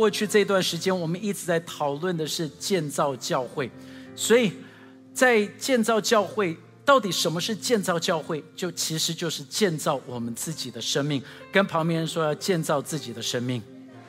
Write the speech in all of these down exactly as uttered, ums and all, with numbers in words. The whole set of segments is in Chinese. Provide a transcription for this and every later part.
过去这段时间，我们一直在讨论的是建造教会，所以在建造教会，到底什么是建造教会？就其实就是建造我们自己的生命。跟旁边人说，要建造自己的生命。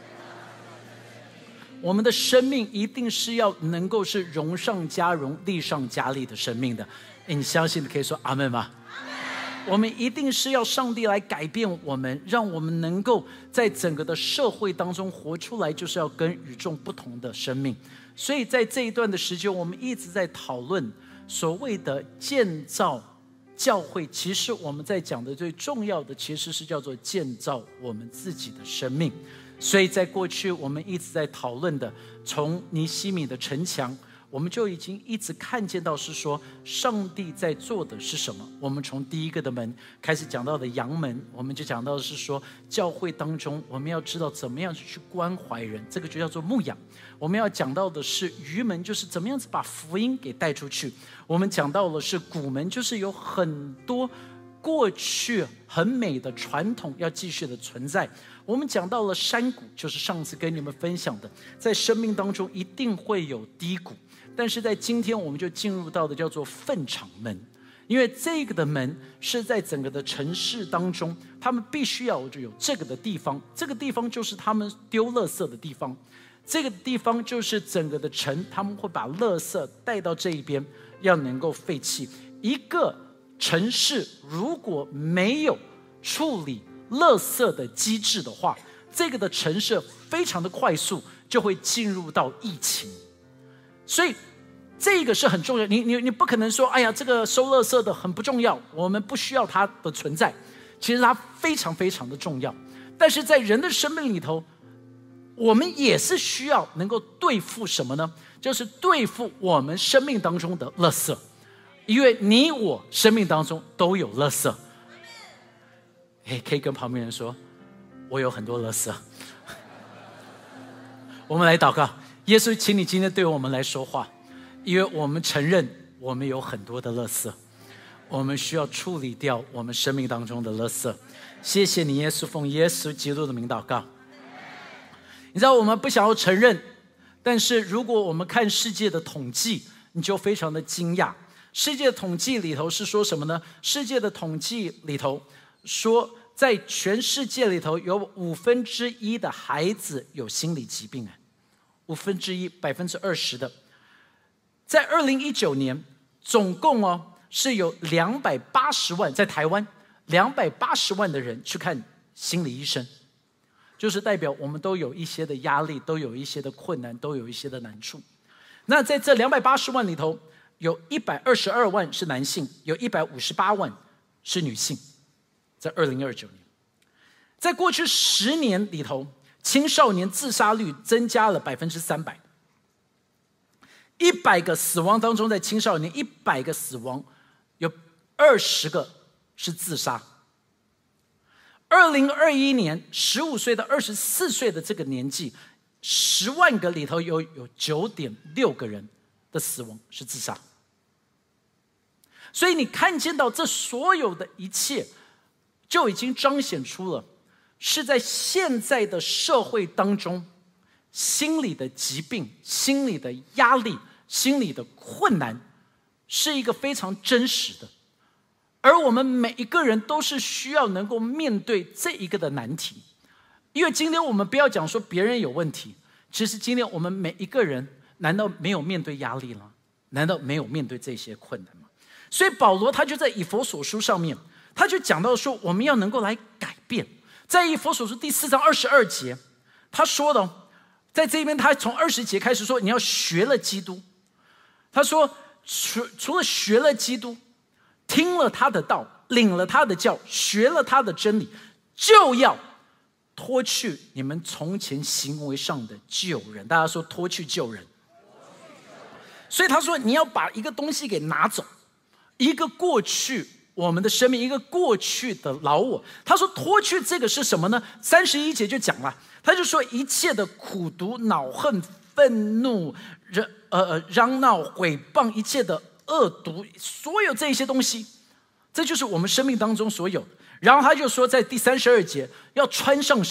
我们的生命一定是要能够是荣上加荣、利上加利的生命的。诶，你相信的可以说阿们吗？我们一定是要上帝来改变我们，让我们能够在整个的社会当中活出来，就是要跟与众不同的生命。所以在这一段的时间，我们一直在讨论所谓的建造教会，其实我们在讲的最重要的其实是叫做建造我们自己的生命。所以在过去我们一直在讨论的，从尼希米的城墙，我们就已经一直看见到是说上帝在做的是什么。我们从第一个的门开始讲到的阳门，我们就讲到的是说教会当中我们要知道怎么样去关怀人，这个就叫做牧养。我们要讲到的是鱼门，就是怎么样子把福音给带出去。我们讲到的是谷门，就是有很多过去很美的传统要继续的存在。我们讲到了山谷，就是上次跟你们分享的，在生命当中一定会有低谷，但是在今天我们就进入到的叫做粪场门，因为这个的门是在整个的城市当中，他们必须要有这个的地方，这个地方就是他们丢垃圾的地方，这个地方就是整个的城，他们会把垃圾带到这一边，要能够废弃。一个城市如果没有处理垃圾的机制的话，这个的城市非常的快速就会进入到疫情。所以这个是很重要，你你你不可能说，哎呀，这个收垃圾的很不重要，我们不需要它的存在。其实它非常非常的重要，但是在人的生命里头，我们也是需要能够对付什么呢？就是对付我们生命当中的垃圾，因为你我生命当中都有垃圾。可以跟旁边人说，我有很多垃圾。我们来祷告，耶稣，请你今天对我们来说话，因为我们承认我们有很多的垃圾，我们需要处理掉我们生命当中的垃圾。谢谢你，耶稣，奉耶稣基督的名祷告。你知道我们不想要承认，但是如果我们看世界的统计，你就非常的惊讶。世界的统计里头是说什么呢？世界的统计里头说，在全世界里头有五分之一的孩子有心理疾病，五分之一，百分之二十的。在二零一九年，总共哦是有两百八十万，在台湾两百八十万的人去看心理医生，就是代表我们都有一些的压力，都有一些的困难，都有一些的难处。那在这两百八十万里头，有一百二十二万是男性，有一百五十八万是女性。在二零二九年，在过去十年里头，青少年自杀率增加了百分之三百。一百个死亡当中，在青少年一百个死亡，有二十个是自杀。二零二一年，十五岁到二十四岁的这个年纪，十万个里头有有九点六个人的死亡是自杀。所以你看见到这所有的一切，就已经彰显出了是在现在的社会当中，心理的疾病、心理的压力、心理的困难是一个非常真实的，而我们每一个人都是需要能够面对这一个的难题。因为今天我们不要讲说别人有问题，其实今天我们每一个人难道没有面对压力吗？难道没有面对这些困难吗？所以保罗他就在以弗所书上面，他就讲到说，我们要能够来改变。在以弗所书第四章二十二节，他说的，在这边他从二十节开始说，你要学了基督。他说，除除了学了基督，听了他的道，领了他的教，学了他的真理，就要脱去你们从前行为上的旧人。大家说脱去旧人。所以他说，你要把一个东西给拿走，一个过去我们的生命，一个过去的老我。他说脱去这个是什么呢？三十一节就讲了，他就说一切的苦毒、恼恨、愤怒、呃嚷闹、毁谤，一切的恶毒，所有这些东西，这就是我们生命当中所有的。然后他就说，在第三十二节要穿上什么？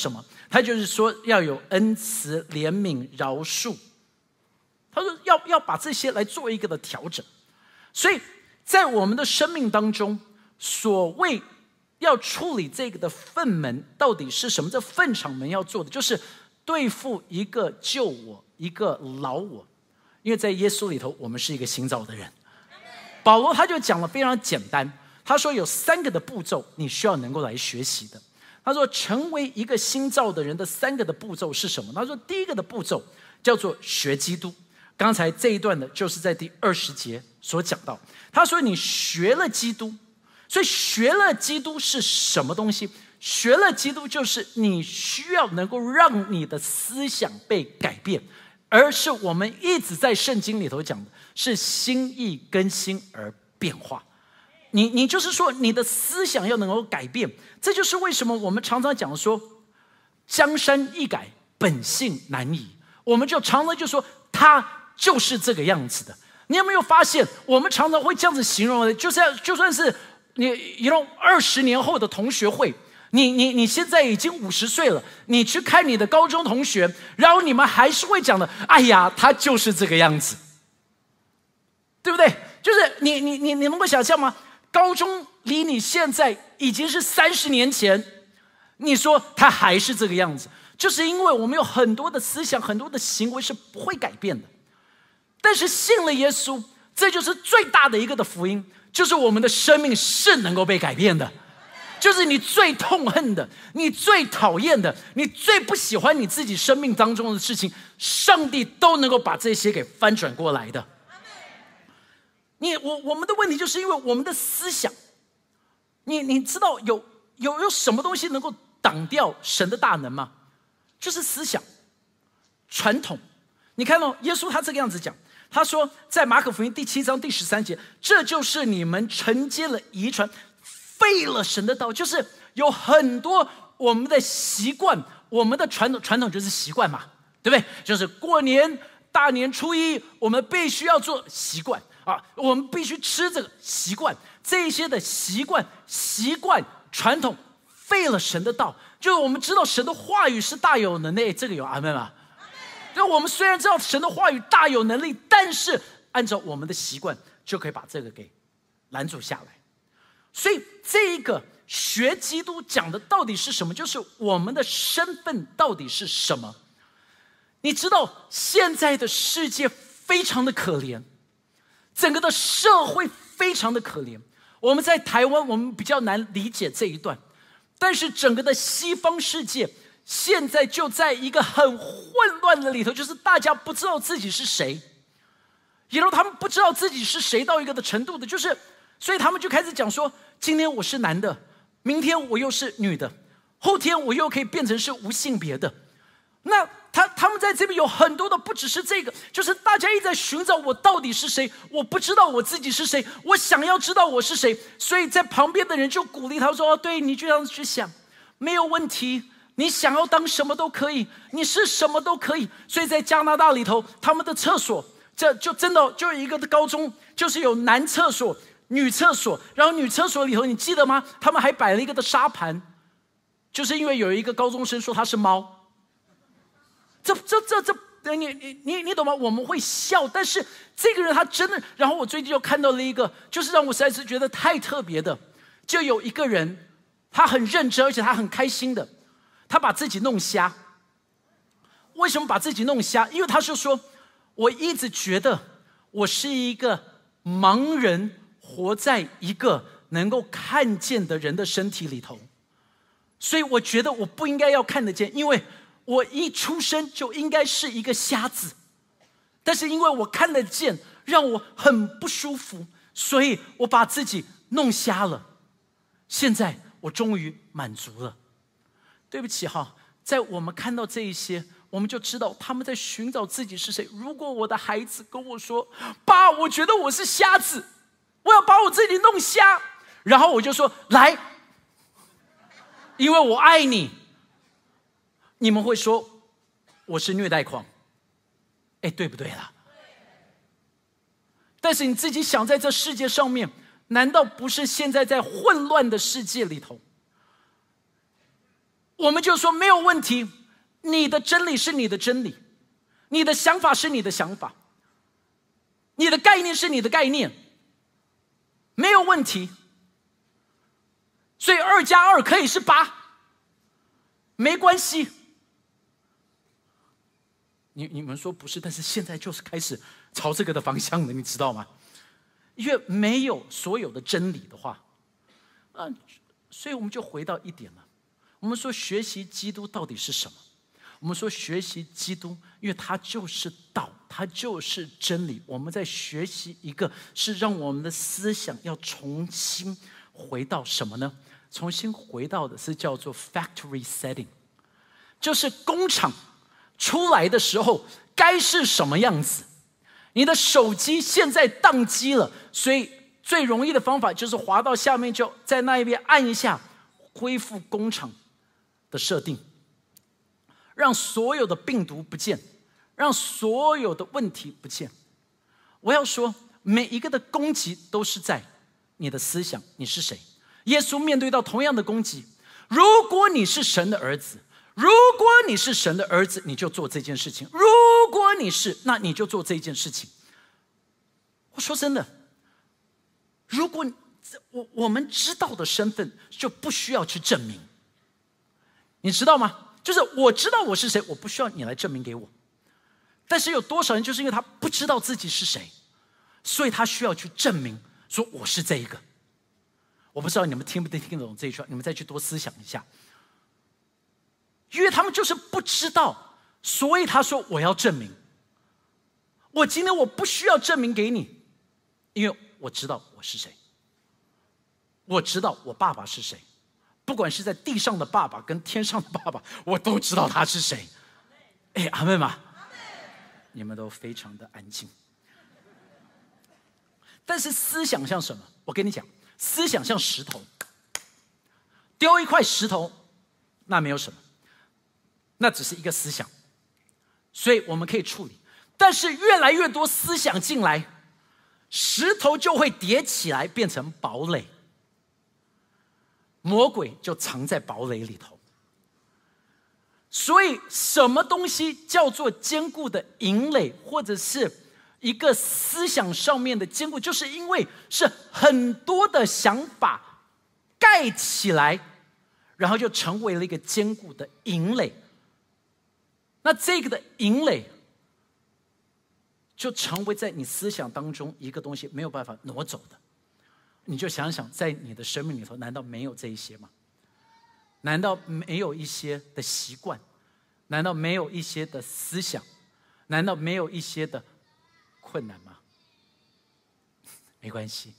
他就是说要有恩慈、怜悯、饶恕。他说要要把这些来做一个的调整。所以在我们的生命当中，所谓要处理这个的粪门到底是什么？这粪场门要做的就是对付一个旧我，一个老我。因为在耶稣里头，我们是一个新造的人。保罗他就讲了非常简单，他说有三个的步骤你需要能够来学习的。他说成为一个新造的人的三个的步骤是什么？他说第一个的步骤叫做学基督。刚才这一段的就是在第二十节所讲到，他说你学了基督。所以学了基督是什么东西？学了基督就是你需要能够让你的思想被改变，而是我们一直在圣经里头讲的是心意更新而变化。你你就是说你的思想要能够改变，这就是为什么我们常常讲说江山易改，本性难移。我们就常常就说他就是这个样子的。你有没有发现我们常常会这样子形容的，就是就算是你一种二十年后的同学会，你你你现在已经五十岁了，你去看你的高中同学，然后你们还是会讲的，哎呀，他就是这个样子，对不对？就是你你你你能够想象吗？高中离你现在已经是三十年前，你说他还是这个样子，就是因为我们有很多的思想，很多的行为是不会改变的。但是信了耶稣，这就是最大的一个的福音，就是我们的生命是能够被改变的。就是你最痛恨的，你最讨厌的，你最不喜欢你自己生命当中的事情，上帝都能够把这些给翻转过来的。你我我们的问题就是因为我们的思想，你你知道有有有什么东西能够挡掉神的大能吗？就是思想、传统。你看到耶稣他这个样子讲，他说在马可福音第七章第十三节，这就是你们承接了遗传，废了神的道。就是有很多我们的习惯，我们的传统，传统就是习惯嘛，对不对？就是过年大年初一我们必须要做习惯啊，我们必须吃这个习惯，这些的习惯习惯传统废了神的道。就是我们知道神的话语是大有能力，这个有阿们吗？就我们虽然知道神的话语大有能力，但是按照我们的习惯就可以把这个给拦阻下来。所以这一个学基督讲的到底是什么？就是我们的身份到底是什么？你知道现在的世界非常的可怜，整个的社会非常的可怜。我们在台湾我们比较难理解这一段，但是整个的西方世界现在就在一个很混乱的里头，就是大家不知道自己是谁，也就是他们不知道自己是谁到一个的程度的，就是所以他们就开始讲说，今天我是男的，明天我又是女的，后天我又可以变成是无性别的。那他他们在这边有很多的，不只是这个，就是大家一直在寻找我到底是谁，我不知道我自己是谁，我想要知道我是谁。所以在旁边的人就鼓励他说，哦，对，你就这样子去想，没有问题，你想要当什么都可以，你是什么都可以。所以在加拿大里头，他们的厕所这就真的就有一个的高中，就是有男厕所女厕所，然后女厕所里头你记得吗？他们还摆了一个的沙盘，就是因为有一个高中生说他是猫。这这这这，你你你你懂吗？我们会笑，但是这个人他真的。然后我最近就看到了一个，就是让我实在是觉得太特别的，就有一个人，他很认真，而且他很开心的，他把自己弄瞎。为什么把自己弄瞎？因为他就说，我一直觉得我是一个盲人，活在一个能够看见的人的身体里头，所以我觉得我不应该要看得见，因为我一出生就应该是一个瞎子，但是因为我看得见，让我很不舒服，所以我把自己弄瞎了。现在我终于满足了。对不起哈，在我们看到这一些，我们就知道他们在寻找自己是谁。如果我的孩子跟我说，爸，我觉得我是瞎子，我要把我自己弄瞎，然后我就说，来，因为我爱你。你们会说我是虐待狂，哎，对不对啦？但是你自己想，在这世界上面，难道不是现在在混乱的世界里头， 我们就说没有问题，你的真理是你的真理，你的想法是你的想法，你的概念是你的概念，没有问题。所以二加二可以是八，没关系。你你们说不是，但是现在就是开始朝这个的方向了，你知道吗？因为没有所有的真理的话，嗯，所以我们就回到一点了。我们说学习基督到底是什么？我们说学习基督，因为它就是道，它就是真理。我们在学习一个是让我们的思想要重新回到什么呢？重新回到的是叫做 factory setting， 就是工厂出来的时候该是什么样子。你的手机现在宕机了，所以最容易的方法就是滑到下面，就在那一边按一下恢复工厂的设定，让所有的病毒不见，让所有的问题不见。我要说每一个的攻击都是在你的思想，你是谁？耶稣面对到同样的攻击，如果你是神的儿子，如果你是神的儿子，你就做这件事情，如果你是，那你就做这件事情。我说真的，如果我我们知道的身份，就不需要去证明，你知道吗？就是我知道我是谁，我不需要你来证明给我。但是有多少人就是因为他不知道自己是谁，所以他需要去证明说我是这一个。我不知道你们听不听得懂这一句话，你们再去多思想一下。因为他们就是不知道，所以他说我要证明。我今天我不需要证明给你，因为我知道我是谁，我知道我爸爸是谁，不管是在地上的爸爸跟天上的爸爸，我都知道他是谁。哎，阿们吗？你们都非常的安静。但是思想像什么？我跟你讲，思想像石头，丢一块石头，那没有什么，那只是一个思想，所以我们可以处理。但是越来越多思想进来，石头就会叠起来变成堡垒，魔鬼就藏在堡垒里头。所以什么东西叫做坚固的营垒，或者是一个思想上面的坚固，就是因为是很多的想法盖起来，然后就成为了一个坚固的营垒。那这个的营垒就成为在你思想当中一个东西没有办法挪走的。你就想想，在你的生命里头，难道没有这一些吗？难道没有一些的习惯？难道没有一些的思想？难道没有一些的困难吗？没关系。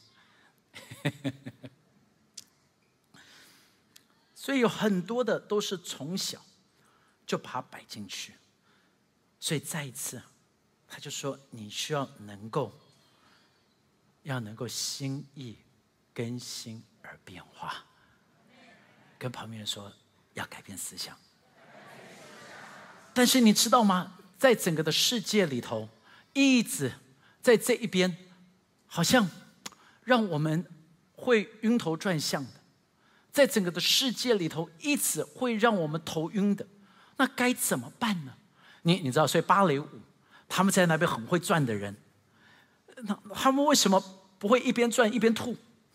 所以有很多的都是从小就把它摆进去。所以再一次他就说，你需要能够要能够心意更新而变化。跟旁边人说，要改变思想。但是你知道吗，在整个的世界里头，一直在这一边好像让我们会晕头转向的，在整个的世界里头一直会让我们头晕的，那该怎么办呢？你你知道，所以芭蕾舞他们在那边很会转的人，那他们为什么不会一边转一边吐？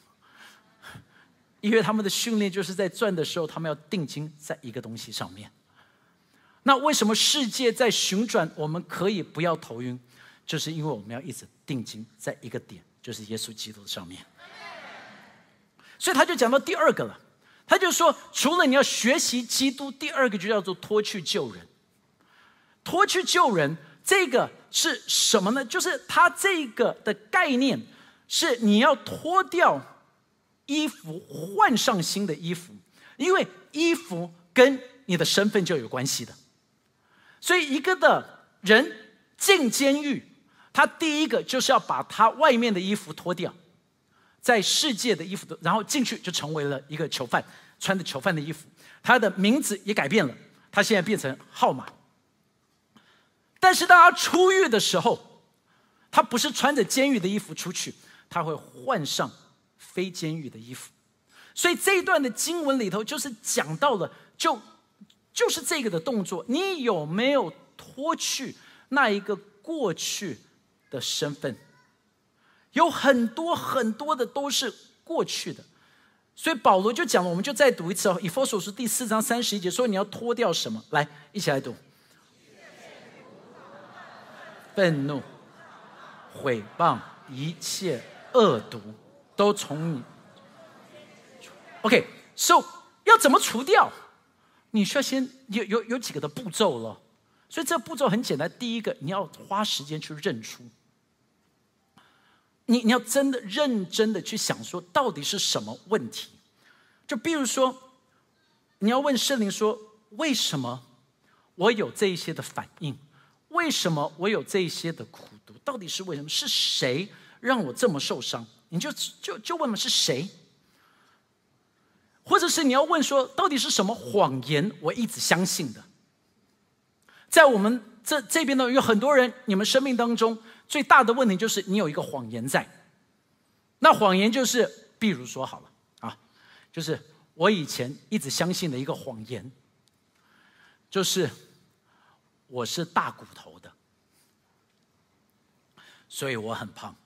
因为他们的训练就是在转的时候，他们要定睛在一个东西上面。那为什么世界在旋转，我们可以不要头晕？就是因为我们要一直定睛在一个点，就是耶稣基督上面。所以他就讲到第二个了，他就说，除了你要学习基督，第二个就叫做脱去救人。脱去救人，这个是什么呢？就是他这个的概念是你要脱掉衣服，换上新的衣服，因为衣服跟你的身份就有关系的。所以一个的人进监狱，他第一个就是要把他外面的衣服脱掉，在世界的衣服，然后进去就成为了一个囚犯，穿着囚犯的衣服，他的名字也改变了，他现在变成号码。但是当他出狱的时候，他不是穿着监狱的衣服出去，他会换上非监狱的衣服。所以这一段的经文里头就是讲到了，就就是这个的动作，你有没有脱去那一个过去的身份？有很多很多的都是过去的，所以保罗就讲了，我们就再读一次哦，以弗所书第四章三十一节说，你要脱掉什么？来，一起来读。愤怒、毁谤、一切恶毒，都从你。OK，so、okay, 要怎么除掉？你需要先有有有几个的步骤了。所以这步骤很简单，第一个，你要花时间去认出。你你要真的认真的去想说，到底是什么问题？就比如说，你要问圣灵说，为什么我有这一些的反应？为什么我有这一些的苦毒？到底是为什么？是谁让我这么受伤？你就就就问了是谁？或者是你要问说，到底是什么谎言我一直相信的？在我们这这边呢，有很多人，你们生命当中最大的问题就是你有一个谎言在。那谎言就是，比如说好了啊，就是我以前一直相信的一个谎言，就是我是大骨头的，所以我很胖。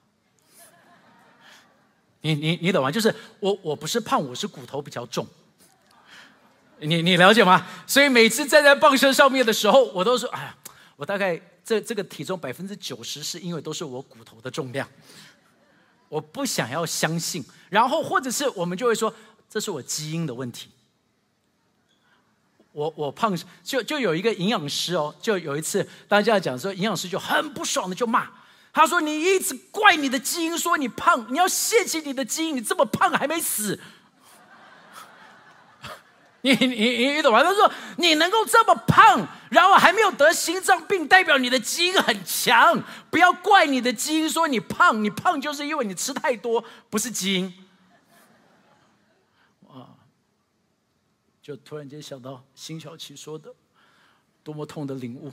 你你你懂吗？就是我我不是胖，我是骨头比较重。你你了解吗？所以每次站在磅秤上面的时候，我都说，哎呀，我大概这这个体重百分之九十是因为都是我骨头的重量。我不想要相信，然后或者是我们就会说，这是我基因的问题。我我胖，就就有一个营养师哦，就有一次大家讲说，营养师就很不爽的就骂。他说：“你一直怪你的基因，说你胖，你要谢谢你的基因，你这么胖还没死。你”你你你懂吗？他说：“你能够这么胖，然后还没有得心脏病，代表你的基因很强。不要怪你的基因，说你胖，你胖就是因为你吃太多，不是基因。”哇！就突然间想到辛晓琪说的，多么痛的领悟。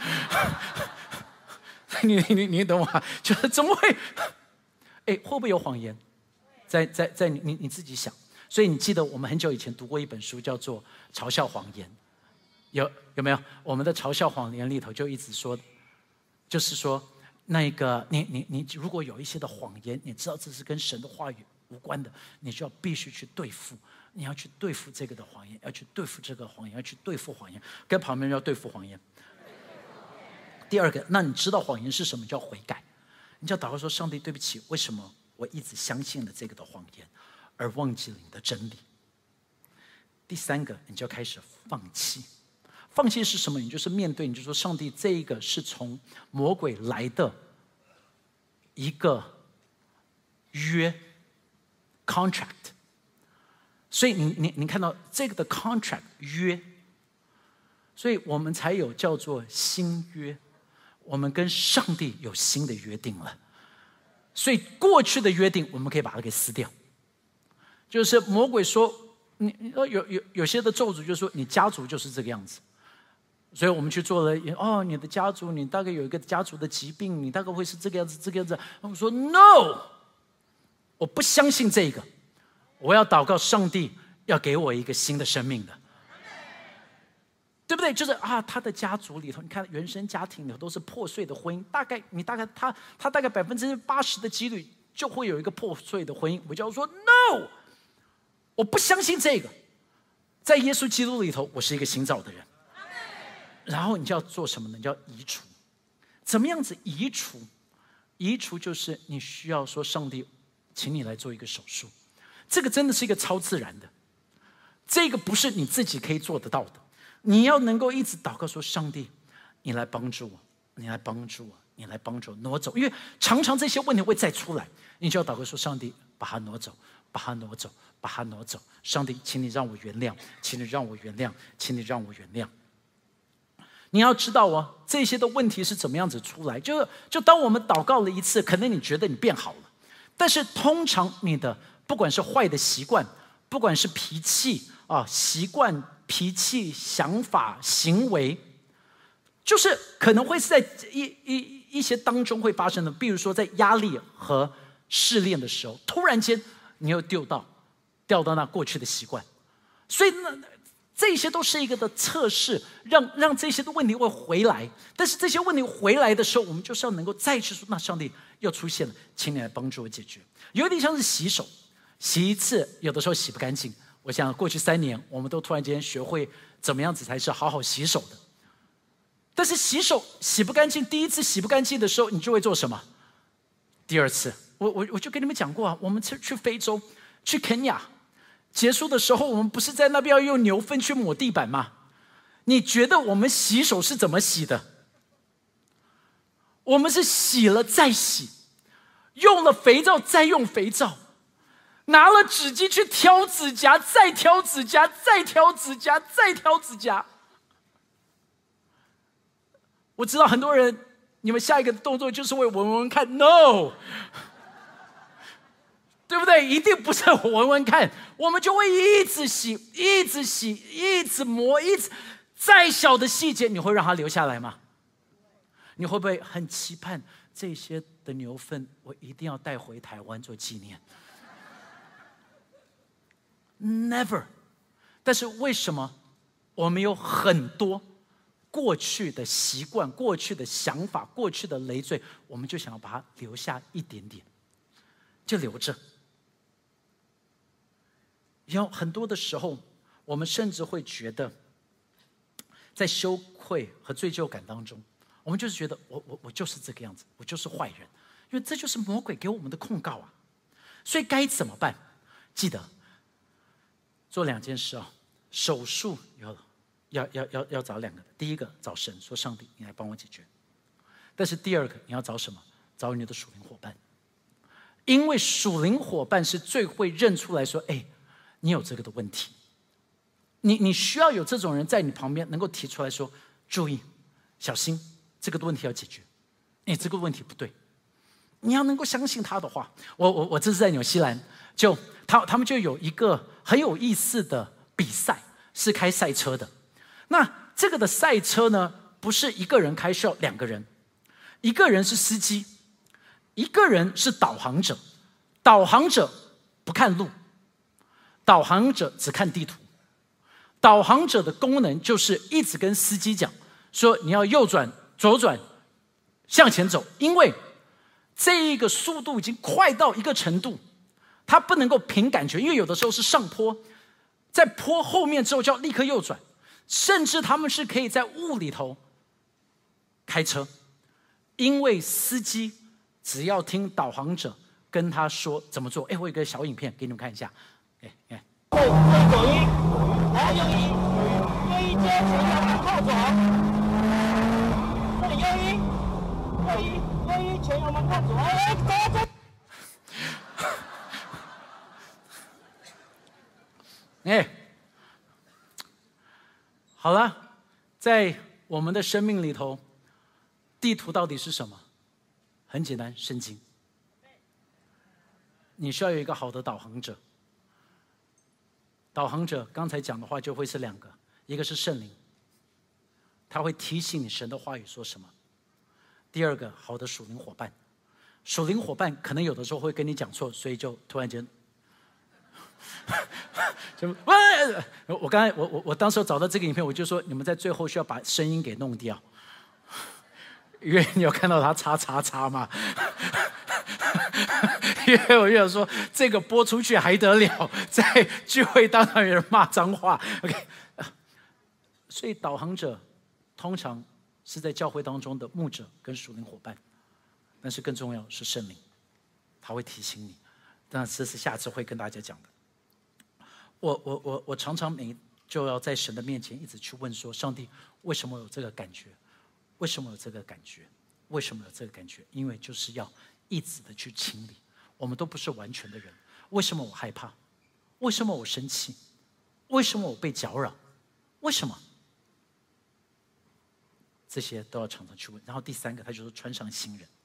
你你你懂吗？就是怎么会？哎，会不会有谎言？在在在你你你自己想。所以你记得我们很久以前读过一本书，叫做《嘲笑谎言》，有有没有？我们的嘲笑谎言里头就一直说，就是说那个你你你如果有一些的谎言，你知道这是跟神的话语无关的，你就要必须去对付，你要去对付这个的谎言，要去对付这个谎言，要去对付谎言，跟旁边人要对付谎言。第二个，那你知道谎言是什么？叫悔改。你就要祷告说：“上帝，对不起，为什么我一直相信了这个的谎言，而忘记了你的真理？”第三个，你就要开始放弃。放弃是什么？你就是面对，你就说：“上帝，这一个是从魔鬼来的一个约 contract。”所以你你你看到这个的 contract 约，所以我们才有叫做新约。我们跟上帝有新的约定了，所以过去的约定我们可以把它给撕掉。就是魔鬼说，你有有有些的咒诅就说你家族就是这个样子，所以我们去做了哦，你的家族你大概有一个家族的疾病，你大概会是这个样子这个样子。我们说 no， 我不相信这个，我要祷告上帝要给我一个新的生命的。对不对？就是啊，他的家族里头，你看原生家庭里头都是破碎的婚姻，大概你大概他他大概百分之八十的几率就会有一个破碎的婚姻。我就要说 no， 我不相信这个，在耶稣基督里头，我是一个新造的人。然后你就要做什么呢？你就要移除。怎么样子移除？移除就是你需要说上帝，请你来做一个手术。这个真的是一个超自然的，这个不是你自己可以做得到的。你要能够一直祷告说：“上帝，你来帮助我，你来帮助我，你来帮助我挪走。”因为常常这些问题会再出来，你就要祷告说：“上帝，把它挪走，把它挪走，把它挪走。”上帝，请你让我原谅，请你让我原谅，请你让我原谅。你要知道哦，这些的问题是怎么样子出来？就就当我们祷告了一次，可能你觉得你变好了，但是通常你的不管是坏的习惯，不管是脾气啊习惯。脾气、想法、行为，就是可能会是在一一一些当中会发生的。比如说，在压力和试炼的时候，突然间你又丢到掉到那过去的习惯，所以那这些都是一个的测试，让让这些的问题会回来。但是这些问题回来的时候，我们就是要能够再去说，那上帝又出现了，请你来帮助我解决。有点像是洗手，洗一次有的时候洗不干净。我想过去三年，我们都突然间学会怎么样子才是好好洗手的。但是洗手洗不干净，第一次洗不干净的时候，你就会做什么？第二次，我我我就跟你们讲过啊，我们去去非洲，去肯亚。结束的时候，我们不是在那边要用牛粪去抹地板吗？你觉得我们洗手是怎么洗的？我们是洗了再洗，用了肥皂再用肥皂，拿了纸巾去挑指甲，再挑指甲，再挑指甲，再挑指甲。我知道很多人，你们下一个动作就是会闻闻看 ，no。对不对？一定不是我闻闻看，我们就会一直洗，一直洗，一直磨，一直再小的细节，你会让它留下来吗？你会不会很期盼这些的牛粪，我一定要带回台湾做纪念 ？Never。但是为什么我们有很多过去的习惯、过去的想法、过去的累赘，我们就想要把它留下一点点，就留着。有很多的时候，我们甚至会觉得，在羞愧和罪疚感当中，我们就是觉得我我我就是这个样子，我就是坏人，因为这就是魔鬼给我们的控告啊。所以该怎么办？记得做两件事啊，手术要要要要要找两个，第一个找神，说上帝，你来帮我解决。但是第二个，你要找什么？找你的属灵伙伴，因为属灵伙伴是最会认出来说，哎。你有这个的问题，你你需要有这种人在你旁边，能够提出来说：“注意，小心，这个问题要解决。你这个问题不对。”你要能够相信他的话。我我我这是在纽西兰，就他他们就有一个很有意思的比赛，是开赛车的。那这个的赛车呢，不是一个人开，需要两个人，一个人是司机，一个人是导航者。导航者不看路。导航者只看地图，导航者的功能就是一直跟司机讲说你要右转、左转、向前走，因为这一个速度已经快到一个程度，他不能够凭感觉，因为有的时候是上坡，在坡后面之后就要立刻右转，甚至他们是可以在雾里头开车，因为司机只要听导航者跟他说怎么做。哎，我有个小影片给你们看一下。对，对，左一，然后右一，右一接前右靠左，这里右一，右一，右一前油门靠左，哎，走走。哎，好了，在我们的生命里头，地图到底是什么？很简单，圣经。你需要有一个好的导航者。导航者刚才讲的话就会是两个，一个是圣灵，他会提醒你神的话语说什么；第二个，好的属灵伙伴，属灵伙伴可能有的时候会跟你讲错，所以就突然间，就我刚才我我我当时找到这个影片，我就说你们在最后需要把声音给弄掉，因为你有看到他叉叉叉嘛。因为我就想说，这个播出去还得了？在聚会当中有人骂脏话 ，OK。所以导航者通常是在教会当中的牧者跟属灵伙伴，但是更重要是圣灵，他会提醒你。但这是下次会跟大家讲的。我我我我常常每就要在神的面前一直去问说：上帝，为什么有这个感觉？为什么有这个感觉？为什么有这个感觉？因为就是要一直的去清理。我们都不是完全的人，为什么我害怕？为什么我生气？为什么我被搅扰？为什么？这些都要常常去问。然后第三个，他就是穿上新人，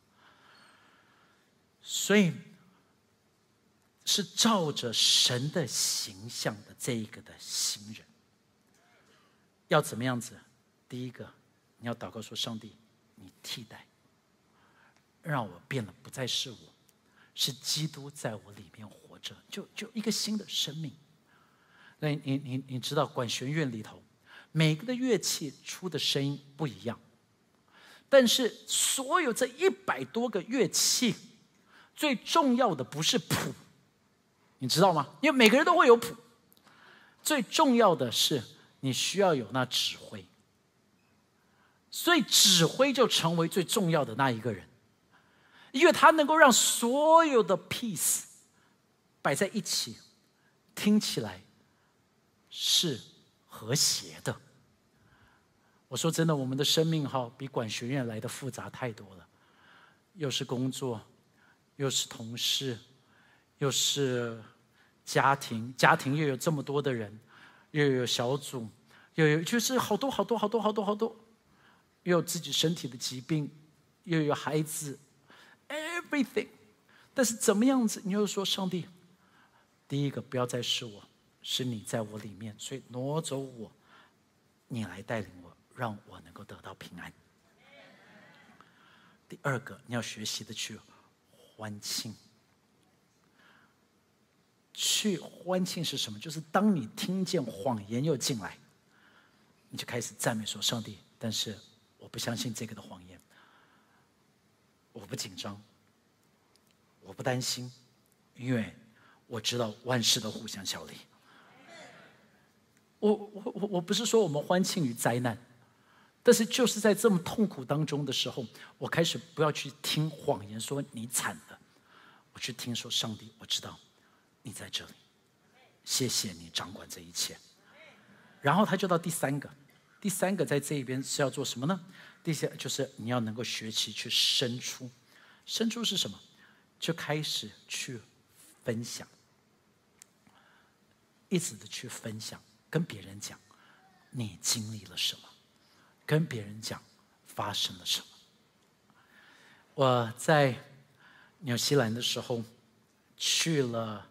所以是照着神的形象的这一个的新人，要怎么样子？第一个，你要祷告说：上帝，你替代，让我变得不再是我。是基督在我里面活着，就就一个新的生命。 那你你你知道管弦乐里头，每个的乐器出的声音不一样，但是所有这一百多个乐器，最重要的不是谱，你知道吗？因为每个人都会有谱，最重要的是你需要有那指挥，所以指挥就成为最重要的那一个人，因为他能够让所有的 piece 摆在一起，听起来是和谐的。我说真的，我们的生命哈比管弦乐来的复杂太多了，又是工作，又是同事，又是家庭，家庭又有这么多的人，又有小组，又有就是好多好多好多好多好多，又有自己身体的疾病，又有孩子 ，everything。但是怎么样子，你又说上帝，第一个不要再是我，是你在我里面，所以挪走我，你来带领我，让我能够得到平安。第二个，你要学习的去欢庆。去欢庆是什么？就是当你听见谎言又进来，你就开始赞美说：上帝，但是我不相信这个的谎言，我不紧张，我不担心，因为我知道万事都互相效力。我我我我不是说我们欢庆于灾难，但是就是在这么痛苦当中的时候，我开始不要去听谎言说你惨了，我去听说上帝，我知道你在这里，谢谢你掌管这一切。然后他就到第三个，第三个在这一边是要做什么呢？第三就是你要能够学习去生出，生出是什么？就开始去分享，一直的去分享，跟别人讲你经历了什么，跟别人讲发生了什么。我在纽西兰的时候去了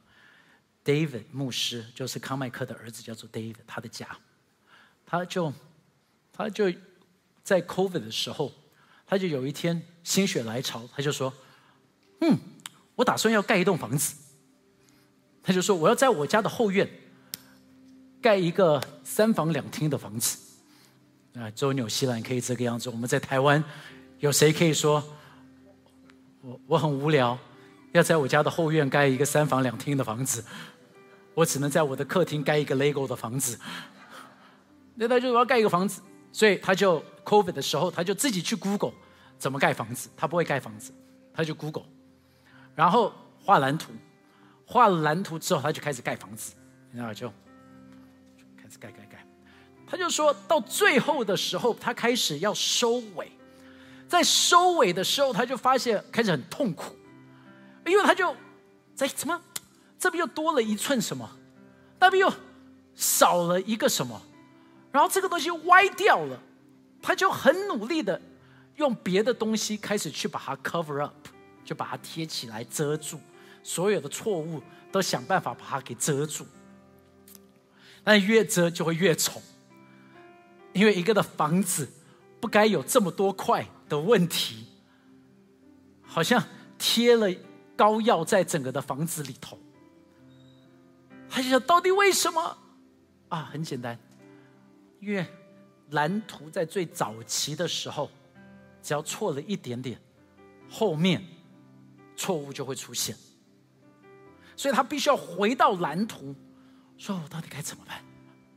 David 牧师，就是康麦克的儿子，叫做 David， 他的家，他就他就在 COVID 的时候，他就有一天心血来潮，他就说：“嗯，我打算要盖一栋房子。”他就说：“我要在我家的后院盖一个三房两厅的房子。”啊，只有纽西兰可以这个样子。我们在台湾，有谁可以说我我很无聊，要在我家的后院盖一个三房两厅的房子？我只能在我的客厅盖一个 Lego 的房子。那他就要盖一个房子，所以他就 COVID 的时候，他就自己去 Google 怎么盖房子。他不会盖房子，他就 Google， 然后画蓝图，画了蓝图之后，他就开始盖房子，然后就开始盖盖盖。他就说到最后的时候，他开始要收尾，在收尾的时候，他就发现开始很痛苦，因为他就在怎么这边又多了一寸什么，那边又少了一个什么，然后这个东西歪掉了，他就很努力的用别的东西开始去把它 cover up， 就把它贴起来遮住，所有的错误都想办法把它给遮住，但越遮就会越丑，因为一个的房子不该有这么多块的问题，好像贴了膏药在整个的房子里头。他就想到底为什么啊？很简单，因为蓝图在最早期的时候，只要错了一点点，后面错误就会出现，所以他必须要回到蓝图，说我到底该怎么办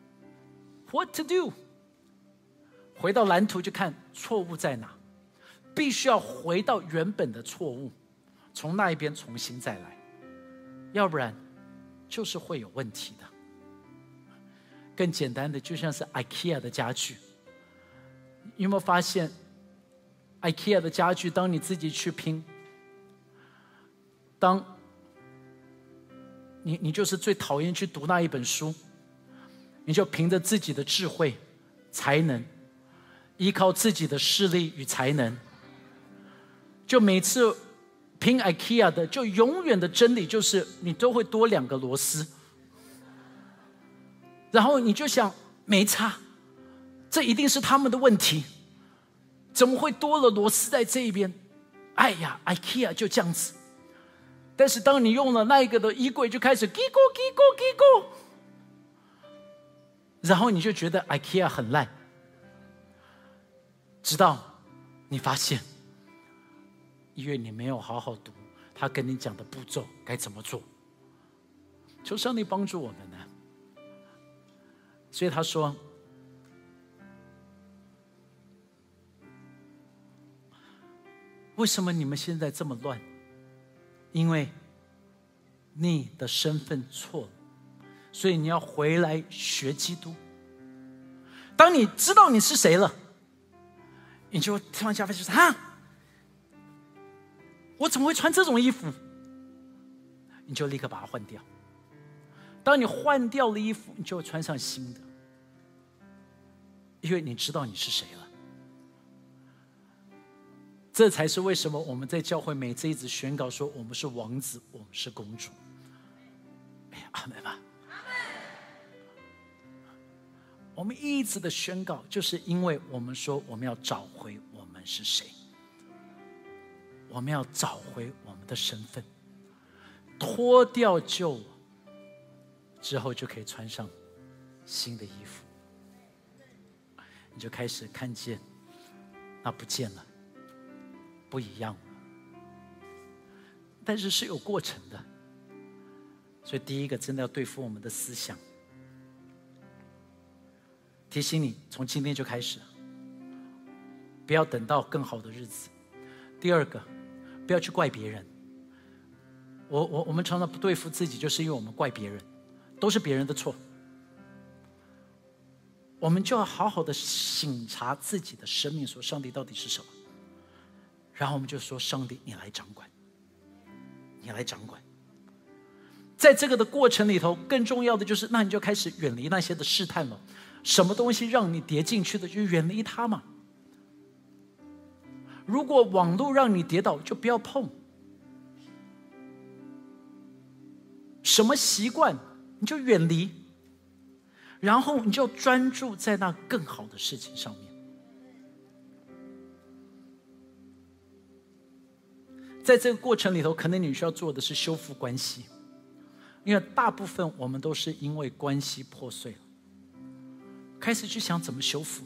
？What to do？ 回到蓝图就看错误在哪，必须要回到原本的错误，从那一边重新再来，要不然就是会有问题的。更简单的，就像是 IKEA 的家具，你有没有发现 IKEA 的家具，当你自己去拼，当你你就是最讨厌去读那一本书，你就凭着自己的智慧才能，依靠自己的势力与才能，就每次拼 IKEA 的，就永远的真理就是你都会多两个螺丝，然后你就想没差，这一定是他们的问题，怎么会多了螺丝在这一边？哎呀 IKEA 就这样子。但是当你用了那一个的衣柜，就开始叽咕叽咕叽咕， 然后你就觉得 IKEA 很烂，直到你发现，因为你没有好好读他跟你讲的步骤该怎么做。求上帝帮助我们呢。所以他说，为什么你们现在这么乱？因为你的身份错了，所以你要回来学基督。当你知道你是谁了，你就突然下发现说：哈，我怎么会穿这种衣服？你就立刻把它换掉。当你换掉了衣服，你就会穿上新的，因为你知道你是谁了。这才是为什么我们在教会每次一直宣告说我们是王子，我们是公主。哎呀，阿们吧。我们一直的宣告，就是因为我们说我们要找回我们是谁，我们要找回我们的身份，脱掉旧我之后，就可以穿上新的衣服。你就开始看见那不见了，不一样了，但是是有过程的。所以第一个真的要对付我们的思想。提醒你，从今天就开始，不要等到更好的日子。第二个，不要去怪别人。我我我们常常不对付自己，就是因为我们怪别人，都是别人的错。我们就要好好的省察自己的生命，说上帝到底是什么。然后我们就说：上帝，你来掌管，你来掌管。在这个的过程里头，更重要的就是，那你就开始远离那些的试探了。什么东西让你跌进去的，就远离它嘛。如果网络让你跌倒，就不要碰。什么习惯你就远离，然后你就专注在那更好的事情上面。在这个过程里头，可能你需要做的是修复关系，因为大部分我们都是因为关系破碎了，开始去想怎么修复。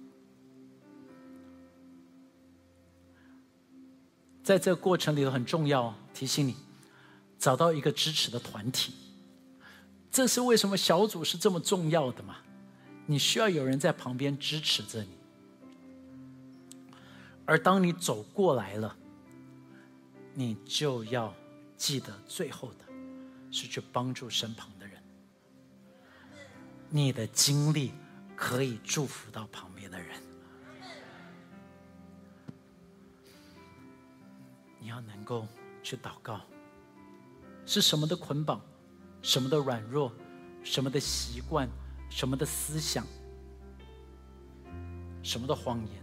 在这个过程里头很重要，提醒你找到一个支持的团体。这是为什么小组是这么重要的嘛？你需要有人在旁边支持着你，而当你走过来了，你就要记得最后的是去帮助身旁的人。你的经历可以祝福到旁边的人。你要能够去祷告，是什么的捆绑，什么的软弱，什么的习惯，什么的思想，什么的谎言。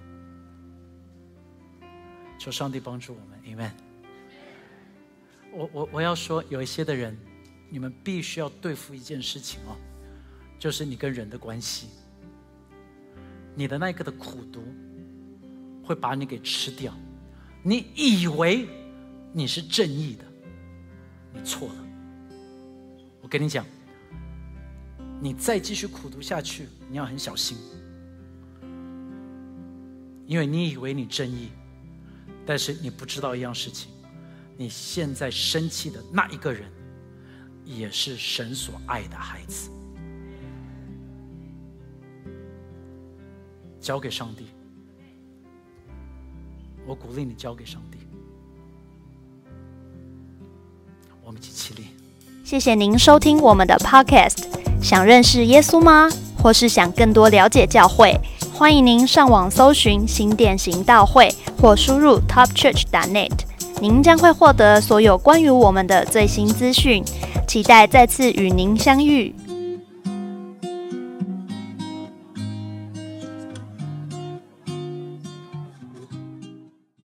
求上帝帮助我们 Amen。 我, 我, 我要说，有一些的人，你们必须要对付一件事情哦，就是你跟人的关系。你的那个的苦毒会把你给吃掉。你以为你是正义的，你错了。我跟你讲，你再继续苦读下去，你要很小心，因为你以为你正义，但是你不知道一样事情，你现在生气的那一个人也是神所爱的孩子。交给上帝，我鼓励你交给上帝。我们一起起立。 谢谢您收听我们的 Podcast。 想认识耶稣吗？或是想更多了解教会？欢迎您上网搜寻新店行道会，或输入 top church dot net， 您将会获得所有关于我们的最新资讯。期待再次与您相遇。